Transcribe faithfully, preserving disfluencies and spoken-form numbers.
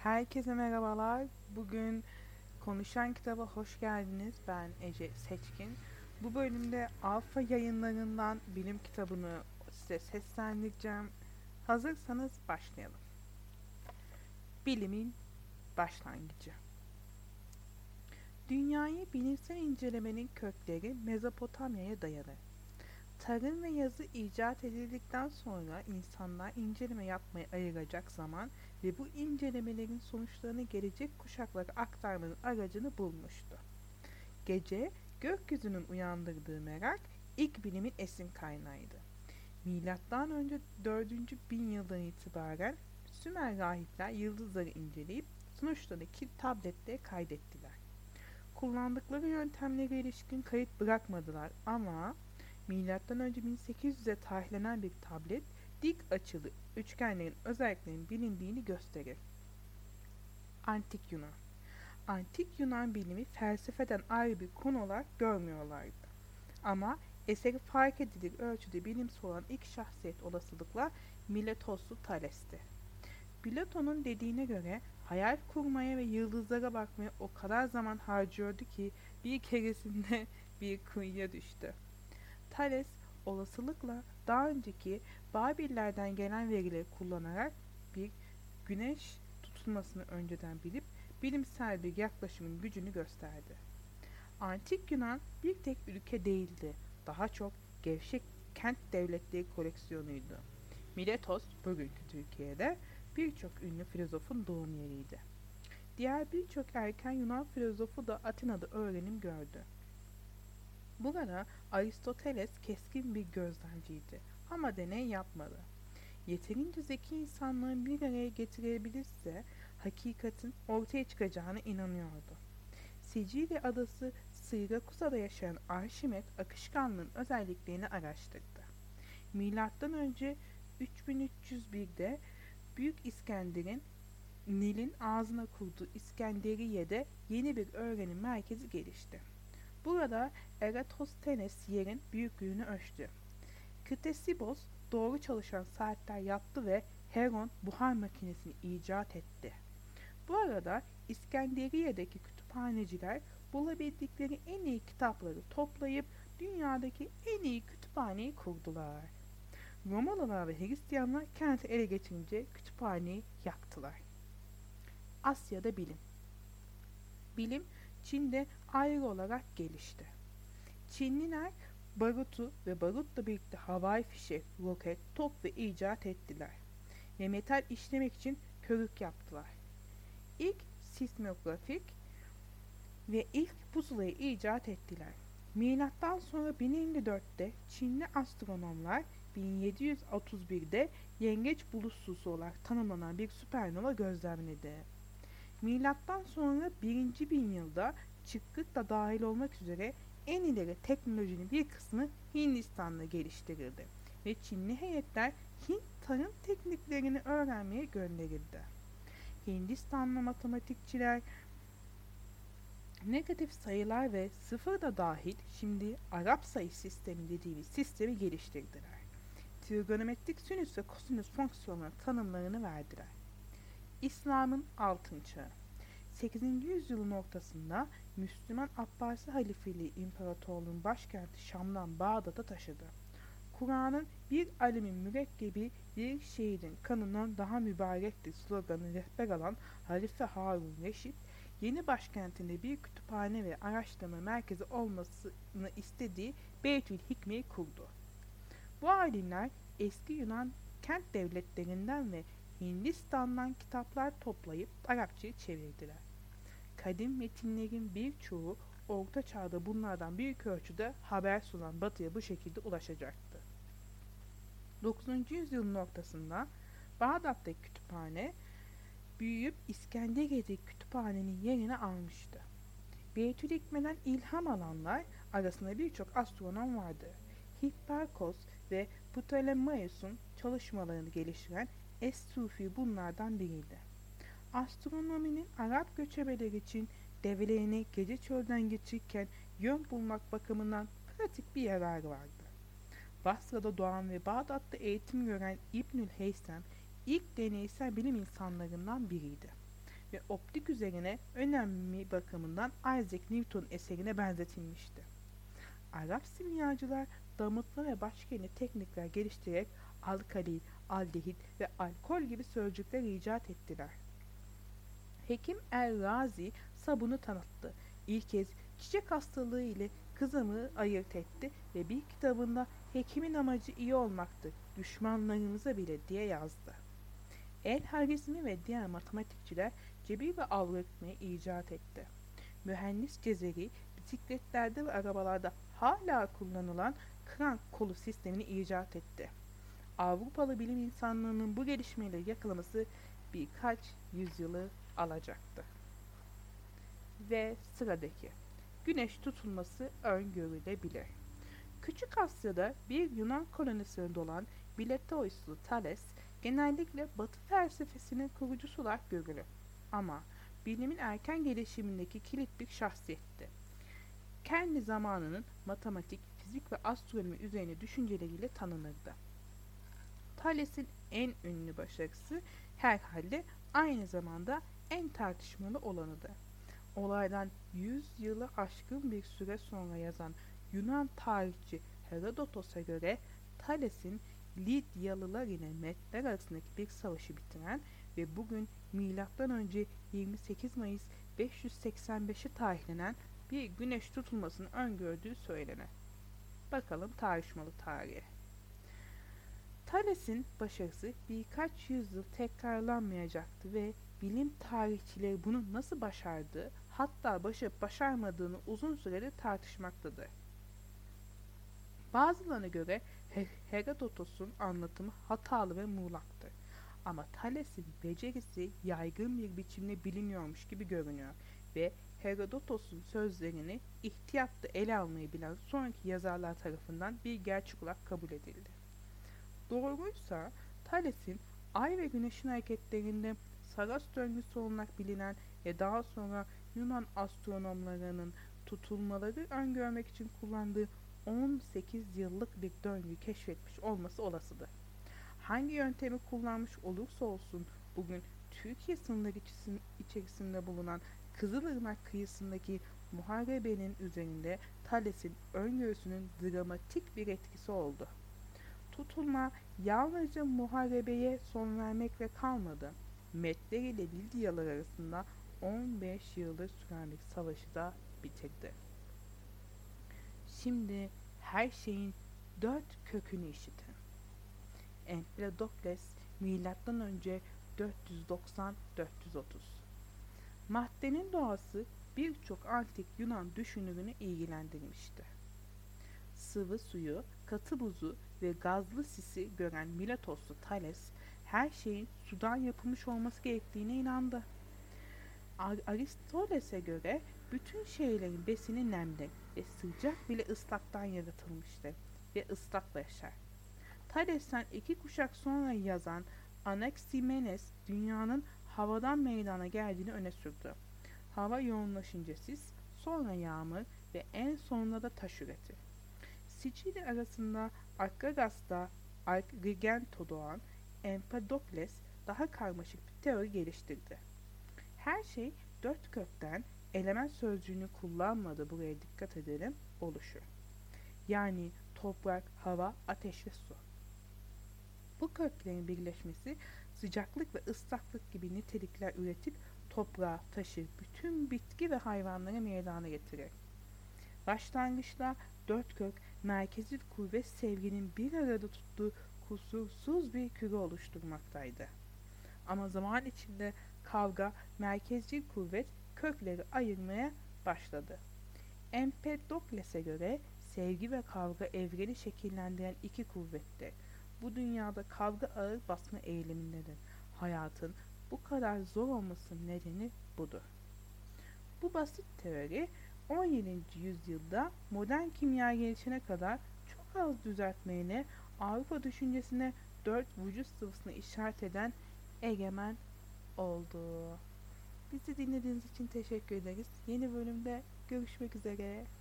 Herkese merhabalar. Bugün Konuşan Kitaba hoş geldiniz. Ben Ece Seçkin. Bu bölümde Alfa Yayınlarından bilim kitabını size seslendireceğim. Hazırsanız başlayalım. Bilimin başlangıcı. Dünyayı bilimsel incelemenin kökleri Mezopotamya'ya dayanır. Tarım ve yazı icat edildikten sonra insanlar inceleme yapmaya ayıracak zaman ve bu incelemelerin sonuçlarını gelecek kuşaklara aktarmanın aracını bulmuştu. Gece, gökyüzünün uyandırdığı merak ilk bilimin esin kaynağıydı. Milattan önce dördüncü bin yıldan itibaren Sümer rahipler yıldızları inceleyip sonuçlarını tablette kaydettiler. Kullandıkları yöntemlere ilişkin kayıt bırakmadılar ama milattan önce bin sekiz yüze tarihlenen bir tablet dik açılı üçgenlerin özelliklerinin bilindiğini gösterir. Antik Yunan Antik Yunan bilimi felsefeden ayrı bir konu olarak görmüyorlardı. Ama eseri fark edilir ölçüde bilimsel olan ilk şahsiyet olasılıkla Miletoslu Thales'ti. Platon'un dediğine göre hayal kurmaya ve yıldızlara bakmaya o kadar zaman harcıyordu ki bir keresinde bir kuyuya düştü. Thales olasılıkla daha önceki Babillerden gelen verileri kullanarak bir güneş tutulmasını önceden bilip bilimsel bir yaklaşımın gücünü gösterdi. Antik Yunan bir tek ülke değildi, daha çok gevşek kent devletleri koleksiyonuydu. Miletos bugünkü Türkiye'de birçok ünlü filozofun doğum yeriydi. Diğer birçok erken Yunan filozofu da Atina'da öğrenim gördü. Burada Aristoteles keskin bir gözlemciydi ama deney yapmadı. Yeterince zeki insanların bir araya getirebilirse hakikatin ortaya çıkacağına inanıyordu. Sicilya adası Syrakusa'da yaşayan Arşimet akışkanlığın özelliklerini araştırdı. Milattan önce üç bin üç yüz birde Büyük İskender'in Nil'in ağzına kurduğu İskenderiye'de yeni bir öğrenim merkezi gelişti. Burada Eratosthenes yerin büyüklüğünü ölçtü. Ktesibos doğru çalışan saatler yaptı ve Heron buhar makinesini icat etti. Bu arada İskenderiye'deki kütüphaneciler bulabildikleri en iyi kitapları toplayıp dünyadaki en iyi kütüphaneyi kurdular. Romalılar ve Hristiyanlar kenti ele geçirince kütüphaneyi yaktılar. Asya'da bilim. Bilim Çin'de ayrı olarak gelişti. Çinliler barutu ve barutla birlikte havai fişek, roket, top ve icat ettiler ve metal işlemek için körük yaptılar. İlk sismografik ve ilk pusulayı icat ettiler. Milattan sonra bin elli dörtte Çinli astronomlar bin yedi yüz otuz birde yengeç bulutsusu olarak tanımlanan bir süpernova gözlemledi. Milattan sonra birinci bin yılda çıkık da dahil olmak üzere en ileri teknolojinin bir kısmı Hindistan'da geliştirildi ve Çinli heyetler Hint tarım tekniklerini öğrenmeye gönderildi. Hindistanlı matematikçiler negatif sayılar ve sıfır da dahil şimdi Arap sayı sistemi dediğimiz sistemi geliştirdiler. Trigonometrik sinüs ve kosinüs fonksiyonları tanımlarını verdiler. İslam'ın altın çağı sekizinci yüzyılın ortasında Müslüman Abbasi halifeliği imparatorluğun başkenti Şam'dan Bağdat'a taşıdı. Kur'an'ın bir alimin mürekkebi bir şehidin kanından daha mübarektir sloganı rehber alan Halife Harun Reşit, yeni başkentinde bir kütüphane ve araştırma merkezi olmasını istediği Beytül Hikme'yi kurdu. Bu alimler eski Yunan kent devletlerinden ve Hindistan'dan kitaplar toplayıp Arapçayı çevirdiler. Kadim metinlerin birçoğu Orta Çağ'da bunlardan büyük ölçüde haber sunan Batı'ya bu şekilde ulaşacaktı. dokuzuncu yüzyılın ortasında Bağdat'taki kütüphane büyüyüp İskenderiye'deki kütüphanenin yerini almıştı. Beytülhikme'den ilham alanlar arasında birçok astronom vardı. Hipparkos ve Ptolemaios'un çalışmalarını geliştiren Es-Sufi bunlardan biriydi. Astronominin Arap göçebeler için develerini gece çölden geçirirken yön bulmak bakımından pratik bir yararı vardı. Basra'da doğan ve Bağdat'ta eğitim gören İbnül Heysem ilk deneysel bilim insanlarından biriydi. ve optik üzerine önemli bakımından Isaac Newton eserine benzetilmişti. Arap simyacılar damıtma ve başka yeni teknikler geliştirerek alkali, aldehit ve alkol gibi sözcükler icat ettiler. Hekim Er-Razi sabunu tanıttı. İlk kez çiçek hastalığı ile kızamığı ayırt etti ve bir kitabında hekimin amacı iyi olmaktır, düşmanlarımıza bile diye yazdı. El-Harizmi ve diğer matematikçiler cebir ve algoritmayı icat etti. Mühendis Cezeri bisikletlerde ve arabalarda hala kullanılan krank kolu sistemini icat etti. Avrupalı bilim insanlığının bu gelişmeleri yakalaması birkaç yüzyılı alacaktı. Ve sıradaki güneş tutulması öngörülebilir. Küçük Asya'da bir Yunan kolonisinde olan Miletoislu Thales genellikle Batı felsefesinin kurucusu olarak görülür. Ama bilimin erken gelişimindeki kilit bir şahsiyetti. Kendi zamanının matematik, fizik ve astronomi üzerine düşünceleriyle tanınırdı. Thales'in en ünlü başarısı herhalde aynı zamanda en tartışmalı olanıdır. Olaydan yüz yılı aşkın bir süre sonra yazan Yunan tarihçi Herodotos'a göre Thales'in Lidyalılar ile Metler arasındaki bir savaşı bitiren ve bugün milattan önce yirmi sekiz Mayıs beş yüz seksen beşi tarihlenen bir güneş tutulmasını öngördüğü söylenir. Bakalım tartışmalı tarihe. Thales'in başarısı birkaç yüzyıl tekrarlanmayacaktı ve bilim tarihçileri bunu nasıl başardığı, hatta başarıp başarmadığını uzun süredir tartışmaktadır. Bazılarına göre Herodotos'un anlatımı hatalı ve muğlaktır. Ama Thales'in becerisi yaygın bir biçimde biliniyormuş gibi görünüyor ve Herodotos'un sözlerini ihtiyatla ele almayı bilen sonraki yazarlar tarafından bir gerçek olarak kabul edildi. Doğruysa Thales'in Ay ve Güneş'in hareketlerinde Saros döngüsü olarak bilinen ve daha sonra Yunan astronomlarının tutulmaları öngörmek için kullandığı on sekiz yıllık bir döngü keşfetmiş olması olasıdır. Hangi yöntemi kullanmış olursa olsun bugün Türkiye sınırları içerisinde bulunan Kızılırmak kıyısındaki muharebenin üzerinde Thales'in öngörüsünün dramatik bir etkisi oldu. Tutulma yalnızca muharebeye son vermekle kalmadı. Metler ile Lidyalılar arasında on beş yıldır süren bir savaşı da bitirdi. Şimdi her şeyin dört kökünü işitin. Empedokles milattan önce dört yüz doksan dört yüz otuz. Maddenin doğası birçok antik Yunan düşünürünü ilgilendirmişti. Sıvı suyu, katı buzu ve gazlı sisi gören Miletoslu Thales, her şeyin sudan yapılmış olması gerektiğine inandı. Aristoteles'e göre bütün şeylerin besini nemde ve sıcak bile ıslaktan yaratılmıştır ve ıslakla yaşar. Thales'ten iki kuşak sonra yazan Anaximenes dünyanın havadan meydana geldiğini öne sürdü. Hava yoğunlaşınca sis, sonra yağmur ve en sonunda da taş üretir. Sicilya arasında Akragas'ta Agrigento doğan Empedokles daha karmaşık bir teori geliştirdi. Her şey dört kökten, element sözcüğünü kullanmadı, buraya dikkat edelim, oluşur. Yani toprak, hava, ateş ve su. Bu köklerin birleşmesi sıcaklık ve ıslaklık gibi nitelikler üretip toprağı, taşı, bütün bitki ve hayvanları meydana getirir. Başlangıçta dört kök, merkezi kuvvet sevginin bir arada tuttuğu kusursuz bir küre oluşturmaktaydı. Ama zaman içinde kavga, merkezci kuvvet kökleri ayırmaya başladı. Empedokles'e göre sevgi ve kavga evreni şekillendiren iki kuvvetti. Bu dünyada kavga ağır basma eğilimindedir. Hayatın bu kadar zor olmasının nedeni budur. Bu basit teori on yedinci yüzyılda modern kimya gelişene kadar çok az düzeltmeyle Avrupa düşüncesine dört vücut sıvısını işaret eden egemen oldu. Bizi dinlediğiniz için teşekkür ederiz. Yeni bölümde görüşmek üzere.